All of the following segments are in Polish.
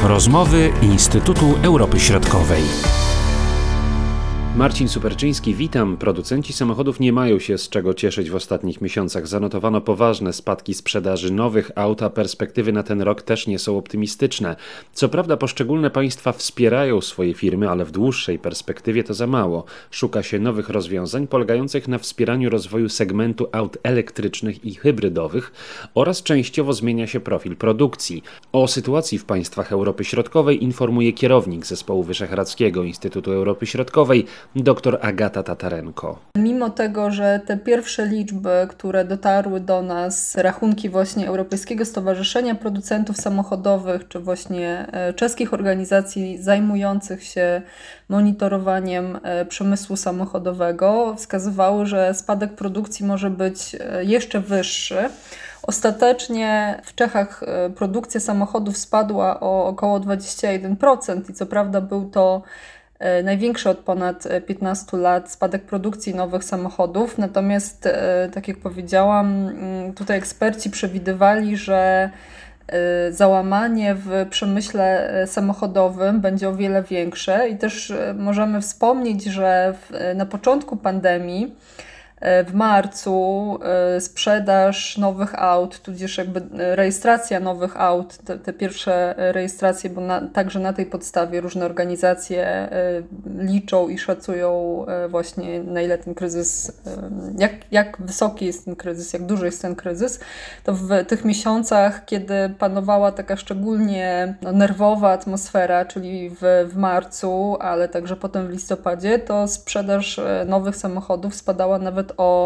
Rozmowy Instytutu Europy Środkowej. Marcin Superczyński, witam. Producenci samochodów nie mają się z czego cieszyć w ostatnich miesiącach. Zanotowano poważne spadki sprzedaży nowych aut, a perspektywy na ten rok też nie są optymistyczne. Co prawda poszczególne państwa wspierają swoje firmy, ale w dłuższej perspektywie to za mało. Szuka się nowych rozwiązań polegających na wspieraniu rozwoju segmentu aut elektrycznych i hybrydowych oraz częściowo zmienia się profil produkcji. O sytuacji w państwach Europy Środkowej informuje kierownik Zespołu Wyszehradzkiego Instytutu Europy Środkowej, dr Agata Tatarenko. Mimo tego, że te pierwsze liczby, które dotarły do nas, rachunki właśnie Europejskiego Stowarzyszenia Producentów Samochodowych, czy właśnie czeskich organizacji zajmujących się monitorowaniem przemysłu samochodowego, wskazywały, że spadek produkcji może być jeszcze wyższy. Ostatecznie w Czechach produkcja samochodów spadła o około 21% i co prawda był to największy od ponad 15 lat spadek produkcji nowych samochodów. Natomiast, tak jak powiedziałam, tutaj eksperci przewidywali, że załamanie w przemyśle samochodowym będzie o wiele większe i też możemy wspomnieć, że na początku pandemii w marcu sprzedaż nowych aut, tudzież jakby rejestracja nowych aut, te pierwsze rejestracje, bo także na tej podstawie różne organizacje liczą i szacują właśnie, na ile ten kryzys, jak wysoki jest ten kryzys, jak duży jest ten kryzys, to w tych miesiącach, kiedy panowała taka szczególnie nerwowa atmosfera, czyli w marcu, ale także potem w listopadzie, to sprzedaż nowych samochodów spadała nawet o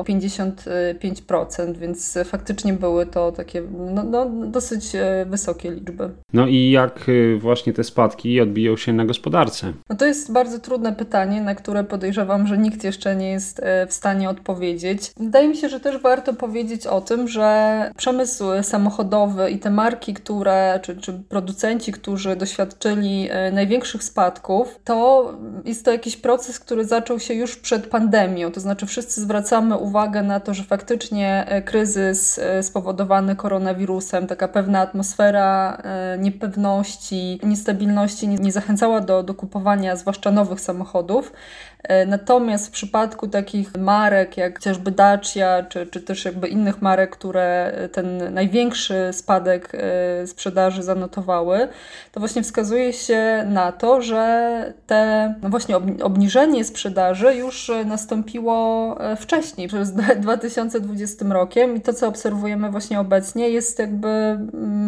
55%, więc faktycznie były to takie dosyć wysokie liczby. No i jak właśnie te spadki odbiją się na gospodarce? No to jest bardzo trudne pytanie, na które podejrzewam, że nikt jeszcze nie jest w stanie odpowiedzieć. Wydaje mi się, że też warto powiedzieć o tym, że przemysł samochodowy i te marki, czy producenci, którzy doświadczyli największych spadków, to jest to jakiś proces, który zaczął się już przed pandemią, to znaczy wszyscy zwracamy uwagę na to, że faktycznie kryzys spowodowany koronawirusem, taka pewna atmosfera niepewności, niestabilności nie zachęcała do kupowania zwłaszcza nowych samochodów. Natomiast w przypadku takich marek jak chociażby Dacia, czy też jakby innych marek, które ten największy spadek sprzedaży zanotowały, to właśnie wskazuje się na to, że właśnie obniżenie sprzedaży już nastąpiło wcześniej, przez 2020 rokiem i to, co obserwujemy właśnie obecnie, jest jakby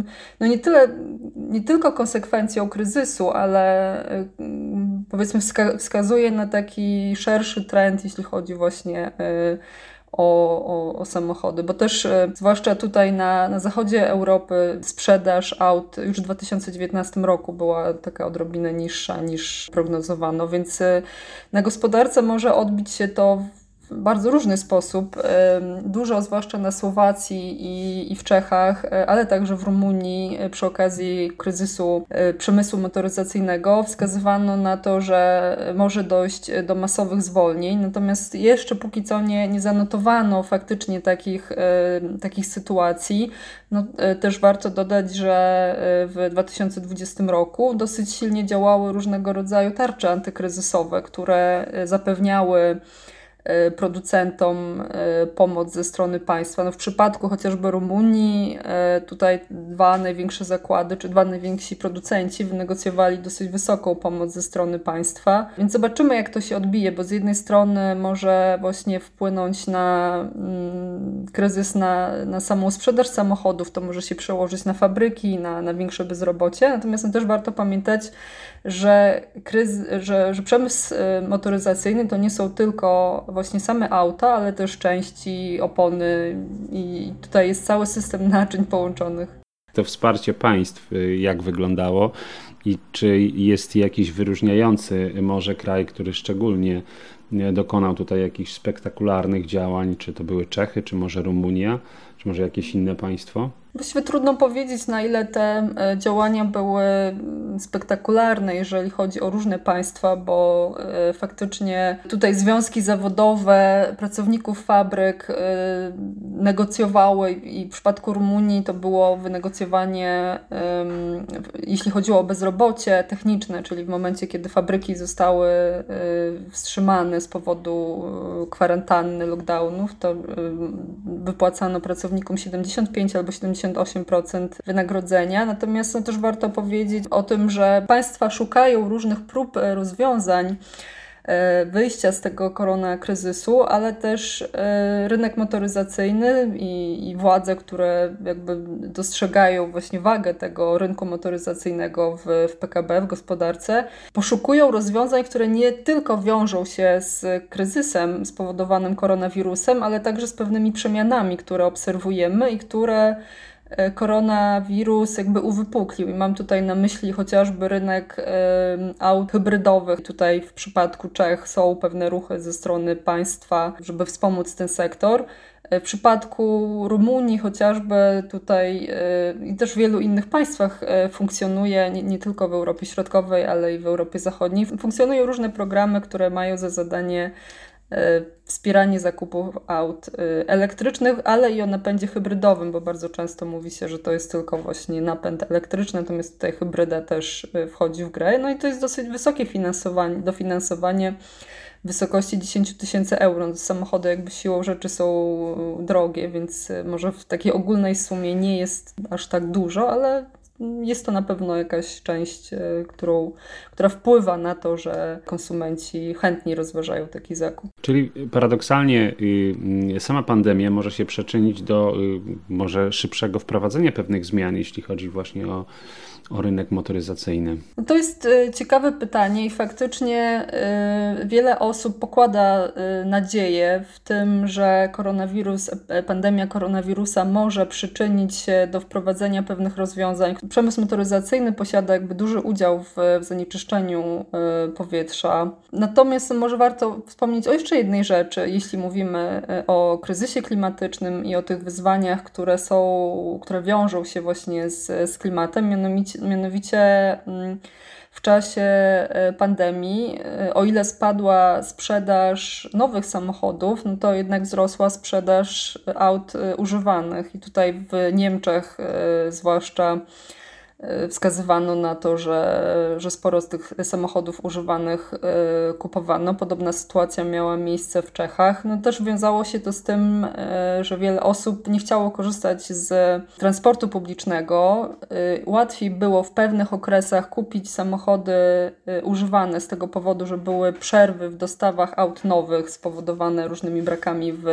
nie tylko konsekwencją kryzysu, ale powiedzmy wskazuje na taki szerszy trend, jeśli chodzi właśnie o samochody, bo też zwłaszcza tutaj na zachodzie Europy sprzedaż aut już w 2019 roku była taka odrobinę niższa niż prognozowano, więc na gospodarce może odbić się to w bardzo różny sposób. Dużo, zwłaszcza na Słowacji i w Czechach, ale także w Rumunii przy okazji kryzysu przemysłu motoryzacyjnego wskazywano na to, że może dojść do masowych zwolnień. Natomiast jeszcze póki co nie zanotowano faktycznie takich sytuacji. Też warto dodać, że w 2020 roku dosyć silnie działały różnego rodzaju tarcze antykryzysowe, które zapewniały producentom pomoc ze strony państwa. W przypadku chociażby Rumunii tutaj dwa największe zakłady, czy dwa najwięksi producenci wynegocjowali dosyć wysoką pomoc ze strony państwa. Więc zobaczymy, jak to się odbije, bo z jednej strony może właśnie wpłynąć na kryzys na samą sprzedaż samochodów, to może się przełożyć na fabryki, na większe bezrobocie. Natomiast też warto pamiętać, że przemysł motoryzacyjny to nie są tylko właśnie same auta, ale też części, opony i tutaj jest cały system naczyń połączonych. To wsparcie państw jak wyglądało i czy jest jakiś wyróżniający może kraj, który szczególnie dokonał tutaj jakichś spektakularnych działań, czy to były Czechy, czy może Rumunia, czy może jakieś inne państwo? Właściwie trudno powiedzieć, na ile te działania były spektakularne, jeżeli chodzi o różne państwa, bo faktycznie tutaj związki zawodowe pracowników fabryk negocjowały i w przypadku Rumunii to było wynegocjowanie, jeśli chodziło o bezrobocie techniczne, czyli w momencie, kiedy fabryki zostały wstrzymane z powodu kwarantanny, lockdownów, to wypłacano pracownikom 75 albo 78% wynagrodzenia. Natomiast też warto powiedzieć o tym, że państwa szukają różnych prób rozwiązań wyjścia z tego koronakryzysu, ale też rynek motoryzacyjny i władze, które jakby dostrzegają właśnie wagę tego rynku motoryzacyjnego w PKB, w gospodarce, poszukują rozwiązań, które nie tylko wiążą się z kryzysem spowodowanym koronawirusem, ale także z pewnymi przemianami, które obserwujemy i które koronawirus jakby uwypuklił. I mam tutaj na myśli chociażby rynek aut hybrydowych. Tutaj w przypadku Czech są pewne ruchy ze strony państwa, żeby wspomóc ten sektor. W przypadku Rumunii chociażby tutaj i też w wielu innych państwach funkcjonuje, nie tylko w Europie Środkowej, ale i w Europie Zachodniej, funkcjonują różne programy, które mają za zadanie wspieranie zakupów aut elektrycznych, ale i o napędzie hybrydowym, bo bardzo często mówi się, że to jest tylko właśnie napęd elektryczny, natomiast tutaj hybryda też wchodzi w grę. No i to jest dosyć wysokie dofinansowanie w wysokości 10 000 euro. Samochody jakby siłą rzeczy są drogie, więc może w takiej ogólnej sumie nie jest aż tak dużo, ale jest to na pewno jakaś część, która wpływa na to, że konsumenci chętniej rozważają taki zakup. Czyli paradoksalnie sama pandemia może się przyczynić do może szybszego wprowadzenia pewnych zmian, jeśli chodzi właśnie o rynek motoryzacyjny? To jest ciekawe pytanie i faktycznie wiele osób pokłada nadzieję w tym, że pandemia koronawirusa może przyczynić się do wprowadzenia pewnych rozwiązań. Przemysł motoryzacyjny posiada jakby duży udział w zanieczyszczeniu powietrza. Natomiast może warto wspomnieć o jeszcze jednej rzeczy, jeśli mówimy o kryzysie klimatycznym i o tych wyzwaniach, które wiążą się właśnie z klimatem, mianowicie w czasie pandemii, o ile spadła sprzedaż nowych samochodów, no to jednak wzrosła sprzedaż aut używanych. I tutaj w Niemczech zwłaszcza wskazywano na to, że sporo z tych samochodów używanych kupowano. Podobna sytuacja miała miejsce w Czechach. No też wiązało się to z tym, że wiele osób nie chciało korzystać z transportu publicznego. Łatwiej było w pewnych okresach kupić samochody używane z tego powodu, że były przerwy w dostawach aut nowych spowodowane różnymi brakami w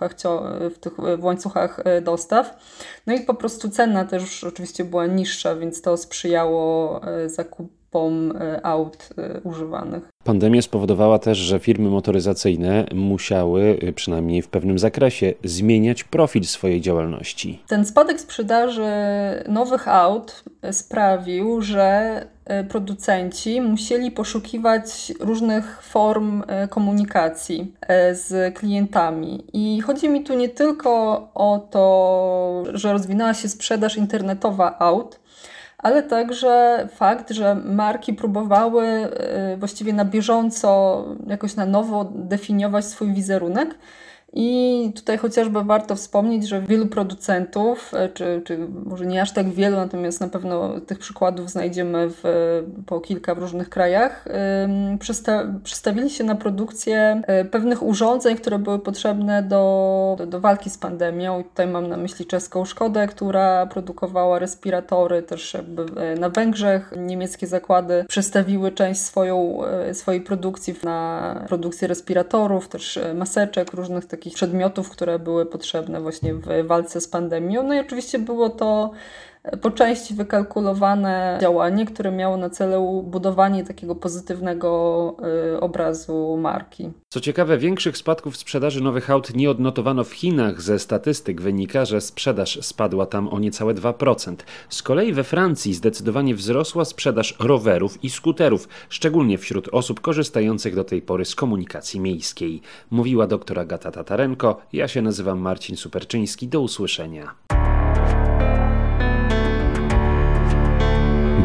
łańcuchach dostaw. No i po prostu cena też oczywiście była niższa, więc to sprzyjało zakupom aut używanych. Pandemia spowodowała też, że firmy motoryzacyjne musiały, przynajmniej w pewnym zakresie, zmieniać profil swojej działalności. Ten spadek sprzedaży nowych aut sprawił, że producenci musieli poszukiwać różnych form komunikacji z klientami. I chodzi mi tu nie tylko o to, że rozwinęła się sprzedaż internetowa aut, ale także fakt, że marki próbowały właściwie na bieżąco, jakoś na nowo definiować swój wizerunek. I tutaj chociażby warto wspomnieć, że wielu producentów, czy może nie aż tak wielu, natomiast na pewno tych przykładów znajdziemy po kilka w różnych krajach, przestawili się na produkcję pewnych urządzeń, które były potrzebne do walki z pandemią. I tutaj mam na myśli czeską Szkodę, która produkowała respiratory, też jakby na Węgrzech niemieckie zakłady przestawiły część swojej produkcji na produkcję respiratorów, też maseczek, różnych takich przedmiotów, które były potrzebne właśnie w walce z pandemią. No i oczywiście było to po części wykalkulowane działanie, które miało na celu budowanie takiego pozytywnego obrazu marki. Co ciekawe, większych spadków sprzedaży nowych aut nie odnotowano w Chinach. Ze statystyk wynika, że sprzedaż spadła tam o niecałe 2%. Z kolei we Francji zdecydowanie wzrosła sprzedaż rowerów i skuterów, szczególnie wśród osób korzystających do tej pory z komunikacji miejskiej. Mówiła dr Agata Tatarenko. Ja się nazywam Marcin Superczyński. Do usłyszenia.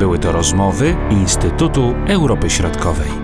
Były to rozmowy Instytutu Europy Środkowej.